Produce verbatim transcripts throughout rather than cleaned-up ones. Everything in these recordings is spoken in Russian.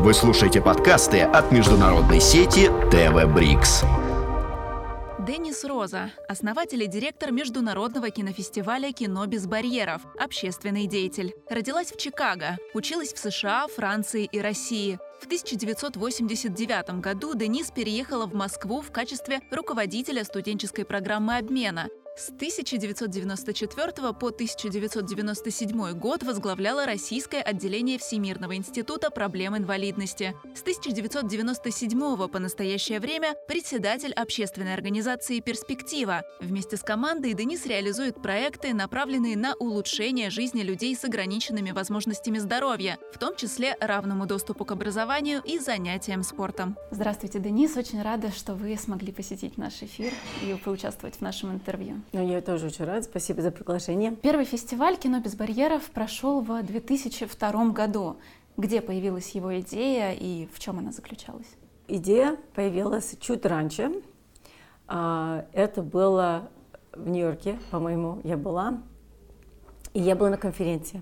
Вы слушаете подкасты от международной сети тэ вэ Брикс. Денис Роза – основатель и директор международного кинофестиваля «Кино без барьеров», общественный деятель. Родилась в Чикаго, училась в США, Франции и России. В тысяча девятьсот восемьдесят девятом году Денис переехала в Москву в качестве руководителя студенческой программы обмена. С тысяча девятьсот девяносто четвёртого по тысяча девятьсот девяносто седьмой год возглавляла российское отделение Всемирного института проблем инвалидности. С тысяча девятьсот девяносто седьмого по настоящее время председатель общественной организации «Перспектива». Вместе с командой Денис реализует проекты, направленные на улучшение жизни людей с ограниченными возможностями здоровья, в том числе равному доступу к образованию и занятиям спортом. Здравствуйте, Денис. Очень рада, что вы смогли посетить наш эфир и поучаствовать в нашем интервью. Ну, я тоже очень рада. Спасибо за приглашение. Первый фестиваль «Кино без барьеров» прошел в две тысячи втором году. Где появилась его идея и в чем она заключалась? Идея появилась чуть раньше. Это было в Нью-Йорке, по-моему, я была. И я была на конференции.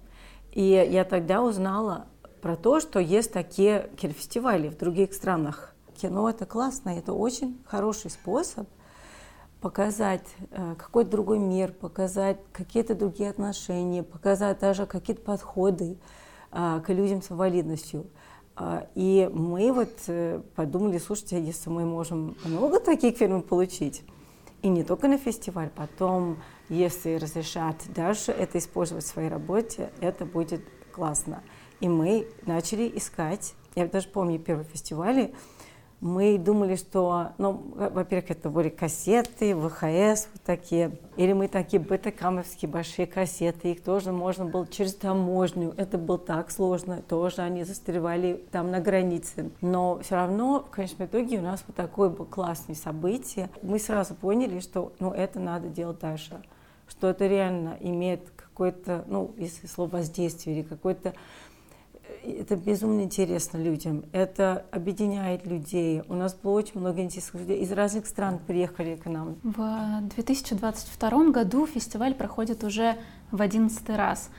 И я тогда узнала про то, что есть такие кинофестивали в других странах. Кино — это классно, это очень хороший способ показать э, какой-то другой мир, показать какие-то другие отношения, показать даже какие-то подходы э, к людям с инвалидностью. Э, и мы вот э, подумали, слушайте, если мы можем много таких фильмов получить, и не только на фестиваль, потом, если разрешат дальше это использовать в своей работе, это будет классно. И мы начали искать, я даже помню первые фестивали, мы думали, что, ну, во-первых, это были кассеты, вэ ха эс вот такие, или мы такие бета-камовские большие кассеты, их тоже можно было через таможню, это было так сложно, тоже они застревали там на границе. Но все равно, в конечном итоге, у нас вот такое было классное событие. Мы сразу поняли, что, ну, это надо делать дальше, что это реально имеет какое-то, ну, если слово воздействие, или какое-то. Это безумно интересно людям, это объединяет людей. У нас было очень много интересных людей, из разных стран приехали к нам. В две тысячи двадцать втором году фестиваль проходит уже в одиннадцатый раз.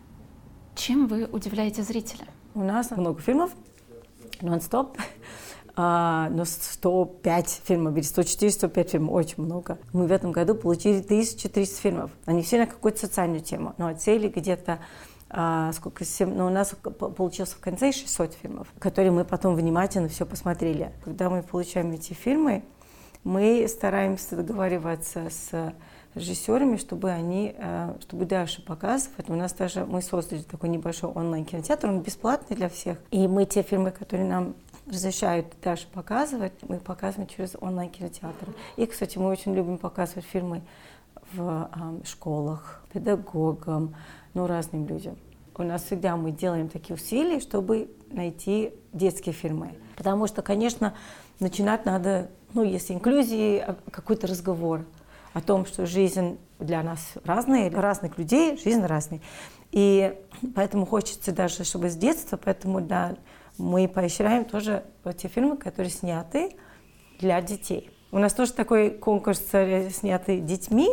Чем вы удивляете зрителя? У нас много фильмов, нон-стоп, а, но сто пять фильмов, или сто четыре - сто пять фильмов, очень много. Мы в этом году получили тысяча триста фильмов. Они все на какую-то социальную тему, но цели где-то А, сколько, семь, ну, у нас получилось в конце шестьсот фильмов, которые мы потом внимательно все посмотрели. Когда мы получаем эти фильмы, мы стараемся договариваться с режиссерами, чтобы они, чтобы дальше показывать. У нас даже, мы создали такой небольшой онлайн-кинотеатр, он бесплатный для всех. И мы те фильмы, которые нам разрешают дальше показывать, мы показываем через онлайн-кинотеатр. И, кстати, мы очень любим показывать фильмы в э, школах, педагогам, ну, разным людям. У нас всегда мы делаем такие усилия, чтобы найти детские фильмы. Потому что, конечно, начинать надо, ну, если инклюзии, какой-то разговор о том, что жизнь для нас разная, для разных людей жизнь разная. И поэтому хочется даже, чтобы с детства, поэтому, да, мы поощряем тоже те фильмы, которые сняты для детей. У нас тоже такой конкурс снятый детьми.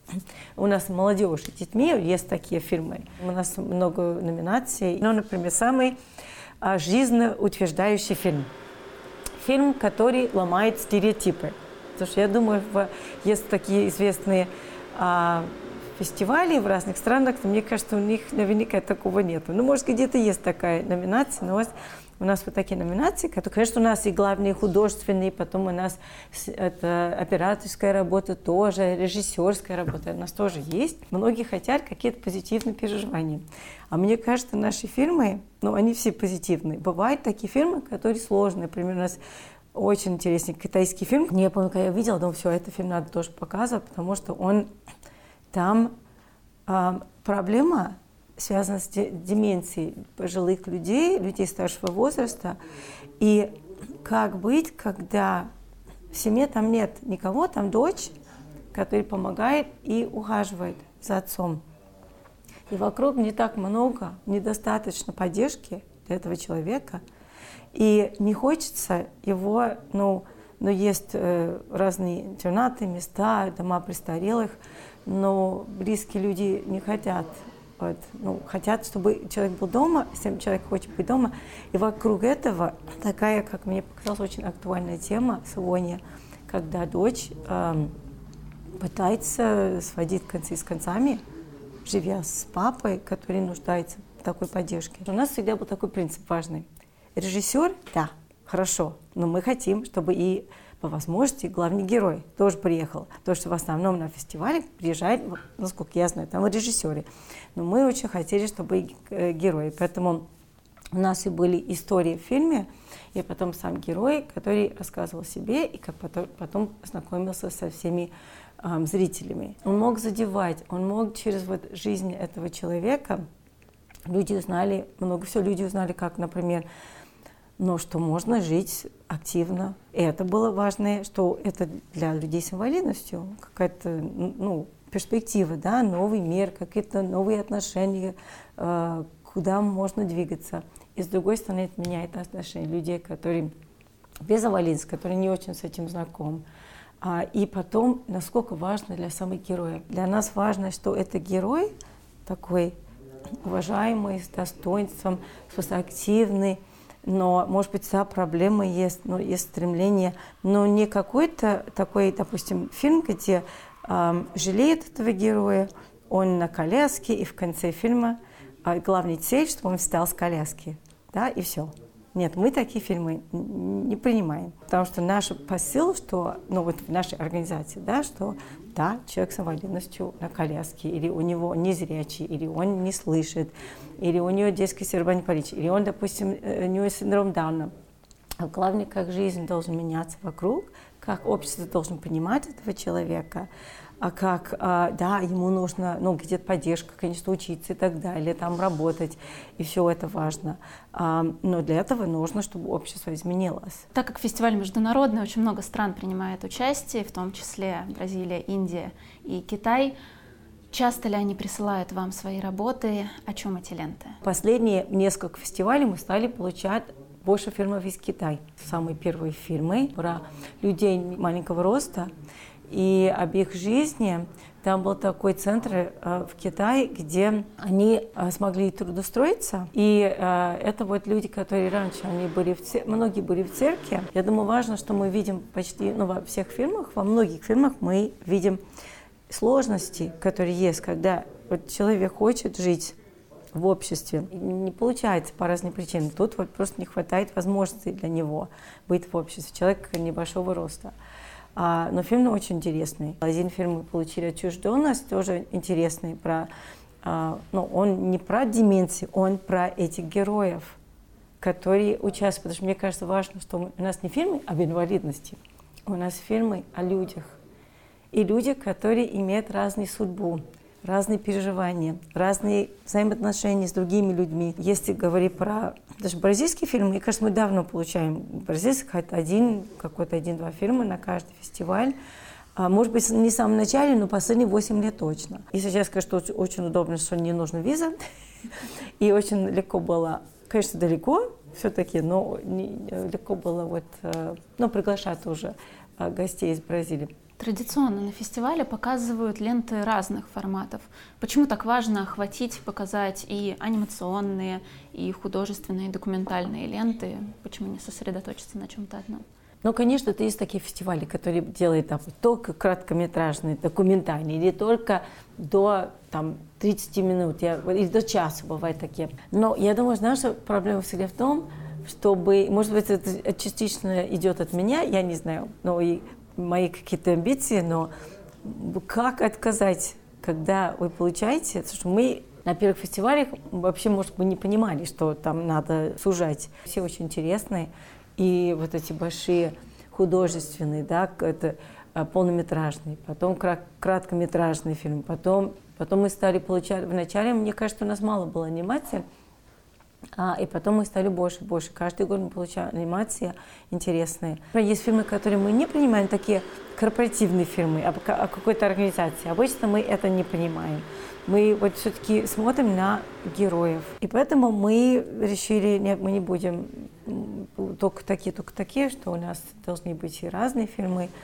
У нас молодежь с детьми есть такие фильмы. У нас много номинаций. Ну, например, самый а, жизнеутверждающий фильм. Фильм, который ломает стереотипы. Потому что я думаю, в, есть такие известные а, фестивали в разных странах, мне кажется, у них наверняка такого нет. Ну, может, где-то есть такая номинация, но у нас, у нас вот такие номинации, которые, конечно, у нас и главные художественные, потом у нас это операторская работа тоже, режиссерская работа, у нас тоже есть. Многие хотят какие-то позитивные переживания. А мне кажется, наши фильмы, ну, они все позитивные. Бывают такие фильмы, которые сложные. Например, у нас очень интересный китайский фильм. Я помню, когда я видела, думаю, все, этот фильм надо тоже показывать, потому что он там э, проблема связана с деменцией пожилых людей, людей старшего возраста. И как быть, когда в семье там нет никого, там дочь, которая помогает и ухаживает за отцом. И вокруг не так много, недостаточно поддержки для этого человека. И не хочется его, ну, но есть э, разные интернаты, места, дома престарелых, но близкие люди не хотят Вот, ну, хотят, чтобы человек был дома, всем человек хочет быть дома. И вокруг этого такая, как мне показалась, очень актуальная тема сегодня, когда дочь э, пытается сводить концы с концами, живя с папой, который нуждается в такой поддержке. У нас всегда был такой принцип важный. Режиссер, да, хорошо, но мы хотим, чтобы и по возможности главный герой тоже приехал. Потому что в основном на фестивале приезжают, насколько я знаю, там режиссеры. Но мы очень хотели, чтобы и герои. Поэтому у нас и были истории в фильме, и потом сам герой, который рассказывал себе, и как потом, потом знакомился со всеми эм, зрителями. Он мог задевать, он мог через вот жизнь этого человека, люди узнали, много всего люди узнали, как, например, но что можно жить активно. И это было важно, что это для людей с инвалидностью какая-то, ну, перспектива, да, новый мир, какие-то новые отношения, э, куда можно двигаться. И с другой стороны, это меняет отношения людей, которые без инвалидности, которые не очень с этим знакомы. А, и потом, насколько важно для самых героев. Для нас важно, что это герой такой уважаемый, с достоинством, активный, но, может быть, да, проблемы есть, но есть стремление, но не какой-то такой, допустим, фильм, где э, жалеет этого героя, он на коляске, и в конце фильма э, главная цель, чтобы он встал с коляски, да, и все. Нет, мы такие фильмы не принимаем, потому что наш посыл, что, ну вот в нашей организации, да, что да, человек с инвалидностью на коляске, или у него незрячий, или он не слышит, или у него детский церебральный паралич, или он, допустим, у него синдром Дауна. А главное, как жизнь должна меняться вокруг, как общество должно понимать этого человека, а как, а, да, ему нужно, ну, где-то поддержка, конечно, учиться и так далее, там работать, и все это важно. А, но для этого нужно, чтобы общество изменилось. Так как фестиваль международный, очень много стран принимает участие, в том числе Бразилия, Индия и Китай. Часто ли они присылают вам свои работы? О чем эти ленты? Последние несколько фестивалей мы стали получать больше фильмов из Китая. Самые первые фильмы про людей маленького роста и об их жизни. Там был такой центр э, в Китае, где они э, смогли трудоустроиться. И э, это вот люди, которые раньше, они были в цер... многие были в церкви. Я думаю, важно, что мы видим почти, ну, во всех фильмах, во многих фильмах мы видим сложности, которые есть, когда вот человек хочет жить в обществе. И не получается по разным причинам. Тут вот просто не хватает возможностей для него быть в обществе. Человек небольшого роста. А, но фильм очень интересный. Один фильм мы получили «Отчужденность», тоже интересный. Про, а, ну, он не про деменцию, он про этих героев, которые участвуют. Потому что мне кажется важно, что мы, у нас не фильмы об инвалидности, у нас фильмы о людях. И люди, которые имеют разную судьбу, разные переживания, разные взаимоотношения с другими людьми. Если говорить про даже бразильские фильмы, мне кажется, мы давно получаем бразильский один, какой-то один-два фильма на каждый фестиваль. А, может быть, не в самом начале, но последние восемь лет точно. И сейчас скажу, что очень удобно, что не нужна виза. И очень легко было, конечно, далеко все-таки, но легко было вот, ну, приглашать уже гостей из Бразилии. Традиционно на фестивале показывают ленты разных форматов. Почему так важно охватить, показать и анимационные, и художественные, и документальные ленты? Почему не сосредоточиться на чем-то одном? Ну, конечно, это есть такие фестивали, которые делают там, только краткометражные, документальные, или только до там, тридцати минут, я, или до часа бывают такие. Но я думаю, наша проблема всегда в том, чтобы, может быть, это частично идет от меня, я не знаю, но и мои какие-то амбиции, но как отказать, когда вы получаете, потому что мы на первых фестивалях вообще, может, мы не понимали, что там надо сужать. Все очень интересные, и вот эти большие художественные, да, это полнометражный, потом краткометражный фильм, потом, потом мы стали получать, вначале, мне кажется, у нас мало было анимации, А, и потом мы стали больше и больше. Каждый год мы получаем анимации интересные. Есть фильмы, которые мы не принимаем, такие корпоративные фильмы о, о какой-то организации. Обычно мы это не понимаем. Мы вот все-таки смотрим на героев. И поэтому мы решили, нет, мы не будем только такие, только такие, что у нас должны быть и разные фильмы.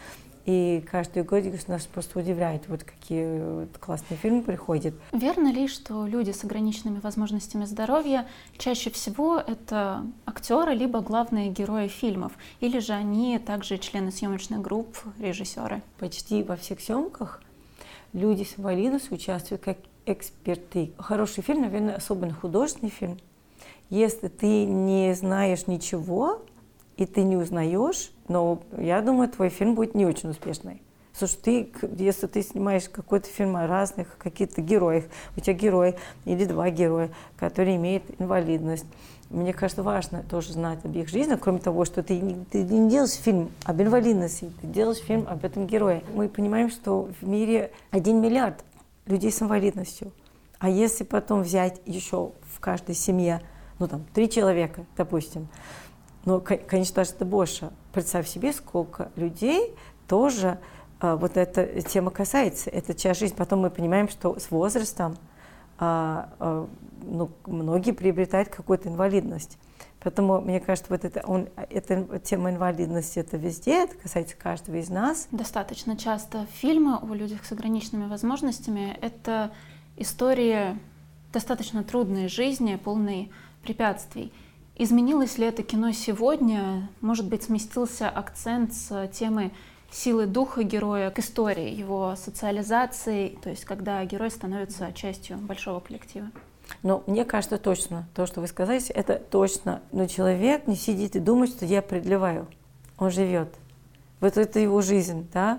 И каждый год нас просто удивляет, вот какие вот классные фильмы приходят. Верно ли, что люди с ограниченными возможностями здоровья чаще всего это актеры, либо главные герои фильмов, или же они также члены съемочных групп, режиссеры? Почти во всех съемках люди с инвалидностью участвуют как эксперты. Хороший фильм, наверное, особенно художественный фильм. Если ты не знаешь ничего, и ты не узнаешь, но я думаю, твой фильм будет не очень успешный. Слушай, ты, если ты снимаешь какой-то фильм о разных каких-то героях, у тебя герой или два героя, которые имеют инвалидность, мне кажется, важно тоже знать об их жизни, кроме того, что ты не, ты не делаешь фильм об инвалидности, ты делаешь фильм об этом герое. Мы понимаем, что в мире один миллиард людей с инвалидностью. А если потом взять еще в каждой семье, ну там, три человека, допустим, но, конечно, даже это больше. Представь себе, сколько людей тоже а, вот эта тема касается. Это часть жизни. Потом мы понимаем, что с возрастом а, а, ну, многие приобретают какую-то инвалидность. Поэтому, мне кажется, вот это, он, эта тема инвалидности, это везде, это касается каждого из нас. Достаточно часто фильмы о людях с ограниченными возможностями — это истории достаточно трудной жизни, полной препятствий. Изменилось ли это кино сегодня? Может быть, сместился акцент с темы силы духа героя к истории, его социализации, то есть когда герой становится частью большого коллектива? Ну, мне кажется, точно. То, что вы сказали, это точно. Но человек не сидит и думает, что я преодолеваю. Он живет. Вот это его жизнь, да?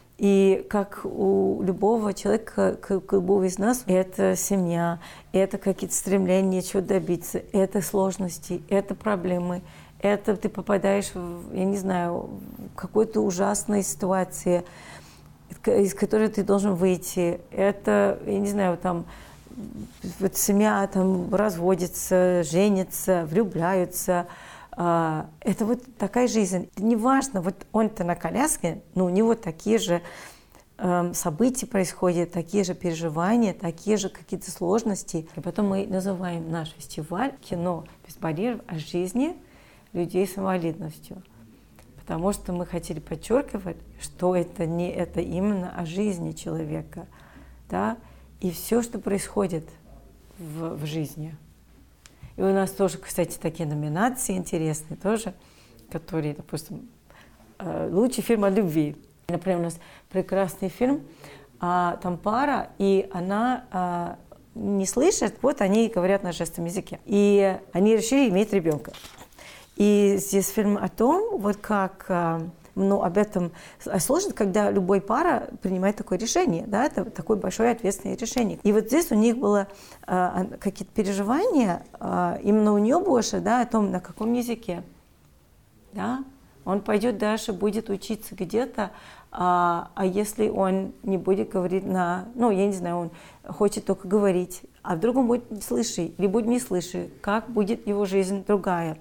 И как у любого человека, как у любого из нас, это семья, это какие-то стремления, чего добиться, это сложности, это проблемы, это ты попадаешь в, я не знаю, в какую-то ужасную ситуацию, из которой ты должен выйти. Это, я не знаю, там, вот семья там разводится, женится, влюбляются. Это вот такая жизнь. Неважно, вот он-то на коляске, но у него такие же э, события происходят, такие же переживания, такие же какие-то сложности. И потом мы называем наш фестиваль «Кино без барьеров» о жизни людей с инвалидностью. Потому что мы хотели подчеркивать, что это не это именно о жизни человека, да, и все, что происходит в, в жизни. И у нас тоже, кстати, такие номинации интересные тоже, которые, допустим, лучший фильм о любви. Например, у нас прекрасный фильм, а, там пара, и она а, не слышит, вот они говорят на жестовом языке. И они решили иметь ребенка. И здесь фильм о том, вот как, а, ну, об этом сложно, когда любой пара принимает такое решение, да, это такое большое ответственное решение. И вот здесь у них было а, какие-то переживания, а, именно у нее больше, да, о том, на каком языке, да, он пойдет дальше, будет учиться где-то, а, а если он не будет говорить на, ну, я не знаю, он хочет только говорить, а вдруг он будет не слышать, или будет не слышать, как будет его жизнь другая.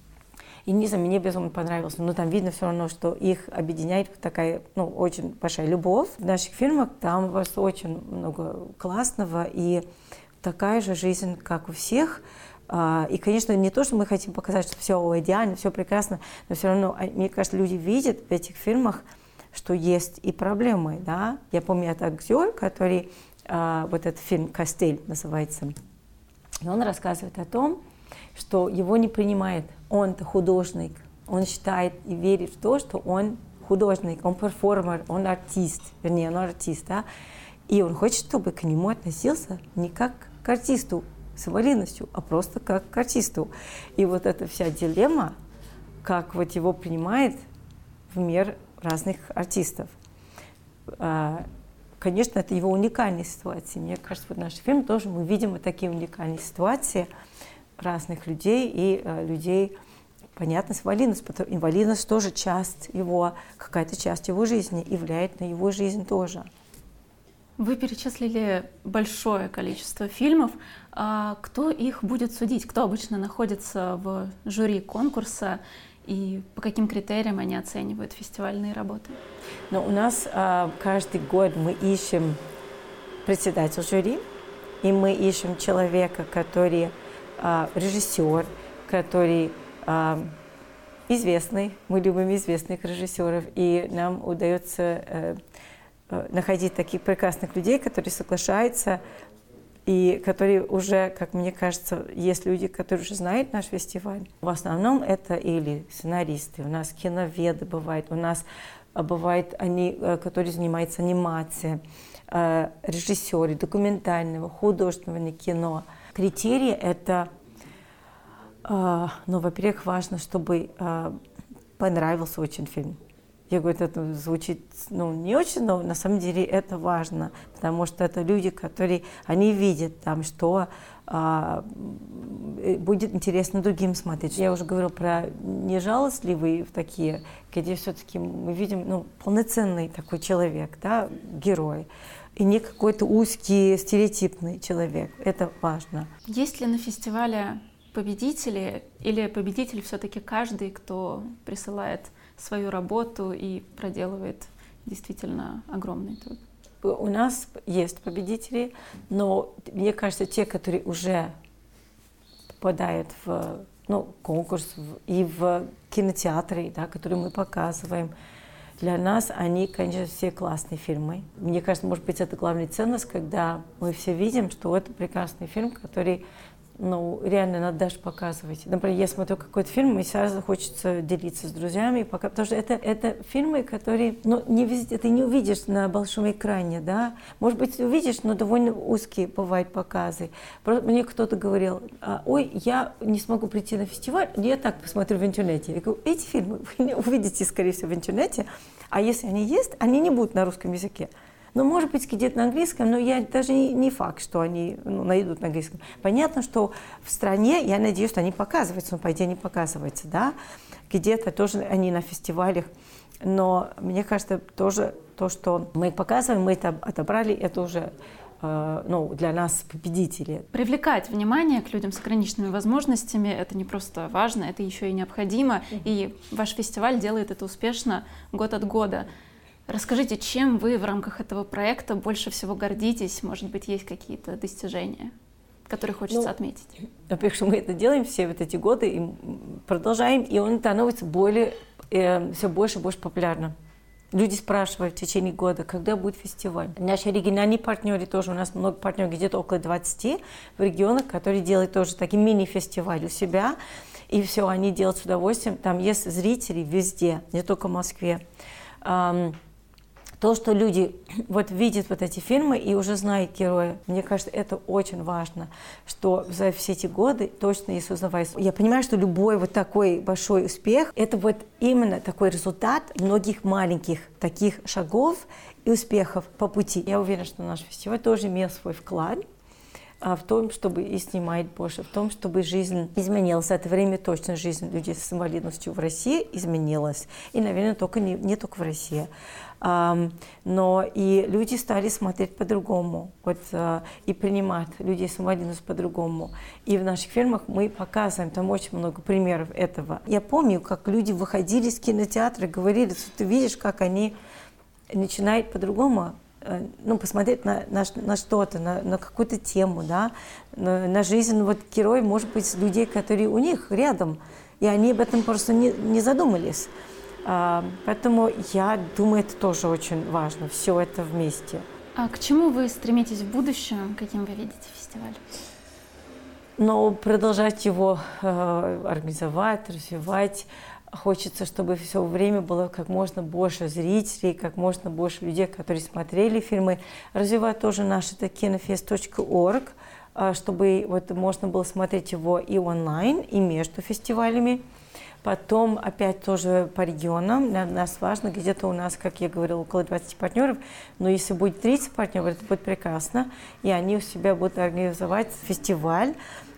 И не знаю, мне безумно понравилось, но там видно все равно, что их объединяет такая, ну, очень большая любовь. В наших фильмах там у вас очень много классного и такая же жизнь, как у всех. И, конечно, не то, что мы хотим показать, что все идеально, все прекрасно, но все равно, мне кажется, люди видят в этих фильмах, что есть и проблемы, да. Я помню, это актер, который, вот этот фильм «Костель» называется, и он рассказывает о том, что его не принимает. Он-то художник, он считает и верит в то, что он художник, он перформер, он артист, вернее, он артист, да? И он хочет, чтобы к нему относился не как к артисту с инвалидностью, а просто как к артисту. И вот эта вся дилемма, как вот его принимает в мир разных артистов. Конечно, это его уникальная ситуация. Мне кажется, вот наш фильм тоже мы видим вот такие уникальные ситуации разных людей и э, людей, понятно, с инвалидностью, потому инвалидность тоже часть его, какая-то часть его жизни и влияет на его жизнь тоже. Вы перечислили большое количество фильмов. А кто их будет судить? Кто обычно находится в жюри конкурса и по каким критериям они оценивают фестивальные работы? Ну, у нас э, каждый год мы ищем председателя жюри, и мы ищем человека, который режиссер, который известный, мы любим известных режиссеров, и нам удается э, э, находить таких прекрасных людей, которые соглашаются, и которые уже, как мне кажется, есть люди, которые уже знают наш фестиваль. В основном это или сценаристы, у нас киноведы бывают, у нас бывают они, которые занимаются анимацией, режиссеры документального, художественного кино. Критерии это, ну, во-первых, важно, чтобы понравился очень фильм. Я говорю, это звучит, ну, не очень, но на самом деле это важно, потому что это люди, которые, они видят там, что а, будет интересно другим смотреть. Я уже говорила про нежалостливые такие, где все-таки мы видим, ну, полноценный такой человек, да, герой, и не какой-то узкий, стереотипный человек. Это важно. Есть ли на фестивале победители, или победитель все-таки каждый, кто присылает свою работу и проделывает действительно огромный труд? У нас есть победители, но мне кажется, те, которые уже попадают в, ну, конкурс и в кинотеатры, да, которые мы показываем, для нас они, конечно, все классные фильмы. Мне кажется, может быть, это главная ценность, когда мы все видим, что это прекрасный фильм, который, ну, реально надо даже показывать. Например, я смотрю какой-то фильм, и сразу хочется делиться с друзьями, пока, потому что это, это фильмы, которые, ну, не везде, ты не увидишь на большом экране, да. Может быть, увидишь, но довольно узкие бывают показы. Просто мне кто-то говорил, ой, я не смогу прийти на фестиваль, я так посмотрю в интернете. Я говорю, эти фильмы вы не увидите, скорее всего, в интернете, а если они есть, они не будут на русском языке. Ну, может быть, где-то на английском, но я даже не, не факт, что они, ну, найдут на английском. Понятно, что в стране, я надеюсь, что они показываются, но по идее не показываются, да. Где-то тоже они на фестивалях. Но мне кажется, тоже то, что мы показываем, мы это отобрали, это уже, э, ну, для нас победители. Привлекать внимание к людям с ограниченными возможностями – это не просто важно, это еще и необходимо. Mm-hmm. И ваш фестиваль делает это успешно год от года. Расскажите, чем вы в рамках этого проекта больше всего гордитесь? Может быть, есть какие-то достижения, которые хочется ну, отметить? Во-первых, что мы это делаем все вот эти годы и продолжаем, и он становится более, э, все больше и больше популярным. Люди спрашивают в течение года, когда будет фестиваль. Наши региональные партнеры тоже, у нас много партнеров, где-то около двадцати в регионах, которые делают тоже такие мини-фестивали у себя. И все, они делают с удовольствием. Там есть зрители везде, не только в Москве. То, что люди вот видят вот эти фильмы и уже знают героя, мне кажется, это очень важно, что за все эти годы точно есть узнаваемость. Я понимаю, что любой вот такой большой успех – это вот именно такой результат многих маленьких таких шагов и успехов по пути. Я уверена, что наш фестиваль тоже имел свой вклад в том, чтобы и снимать больше, в том, чтобы жизнь изменилась. В это время точно жизнь людей с инвалидностью в России изменилась. И, наверное, только не, не только в России. Um, но и люди стали смотреть по-другому, вот, uh, и принимать людей с инвалидностью по-другому. И в наших фильмах мы показываем, там очень много примеров этого. Я помню, как люди выходили из кинотеатра и говорили, что ты видишь, как они начинают по-другому, ну, посмотреть на, на, на что-то, на, на какую-то тему, да, на, на жизнь вот, героев, может быть, людей, которые у них рядом, и они об этом просто не, не задумались. А, поэтому я думаю, это тоже очень важно, все это вместе. А к чему вы стремитесь в будущем, каким вы видите фестиваль? Ну, продолжать его э, организовать, развивать. Хочется, чтобы все время было как можно больше зрителей, как можно больше людей, которые смотрели фильмы. Развивать тоже наш кинофест точка орг, чтобы вот можно было смотреть его и онлайн, и между фестивалями. Потом опять тоже по регионам. Для нас важно, где-то у нас, как я говорила, около двадцати партнеров. Но если будет тридцать партнеров, это будет прекрасно. И они у себя будут организовать фестиваль.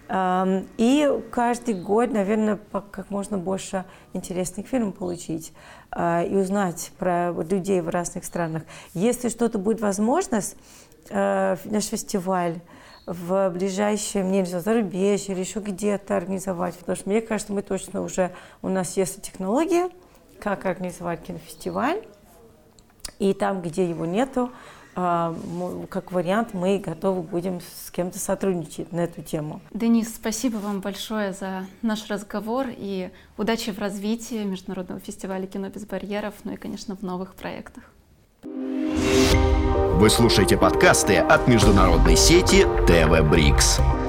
И каждый год, наверное, как можно больше интересных фильмов получить и узнать про людей в разных странах. Если что-то будет возможность, наш фестиваль в ближайшем, не знаю, зарубежье или еще где-то организовать, потому что мне кажется, мы точно уже, у нас есть технология, как организовать кинофестиваль, и там, где его нету, как вариант мы готовы будем с кем-то сотрудничать на эту тему. Денис, спасибо вам большое за наш разговор и удачи в развитии Международного фестиваля кино без барьеров, ну и, конечно, в новых проектах. Вы слушаете подкасты от международной сети тэ вэ Брикс.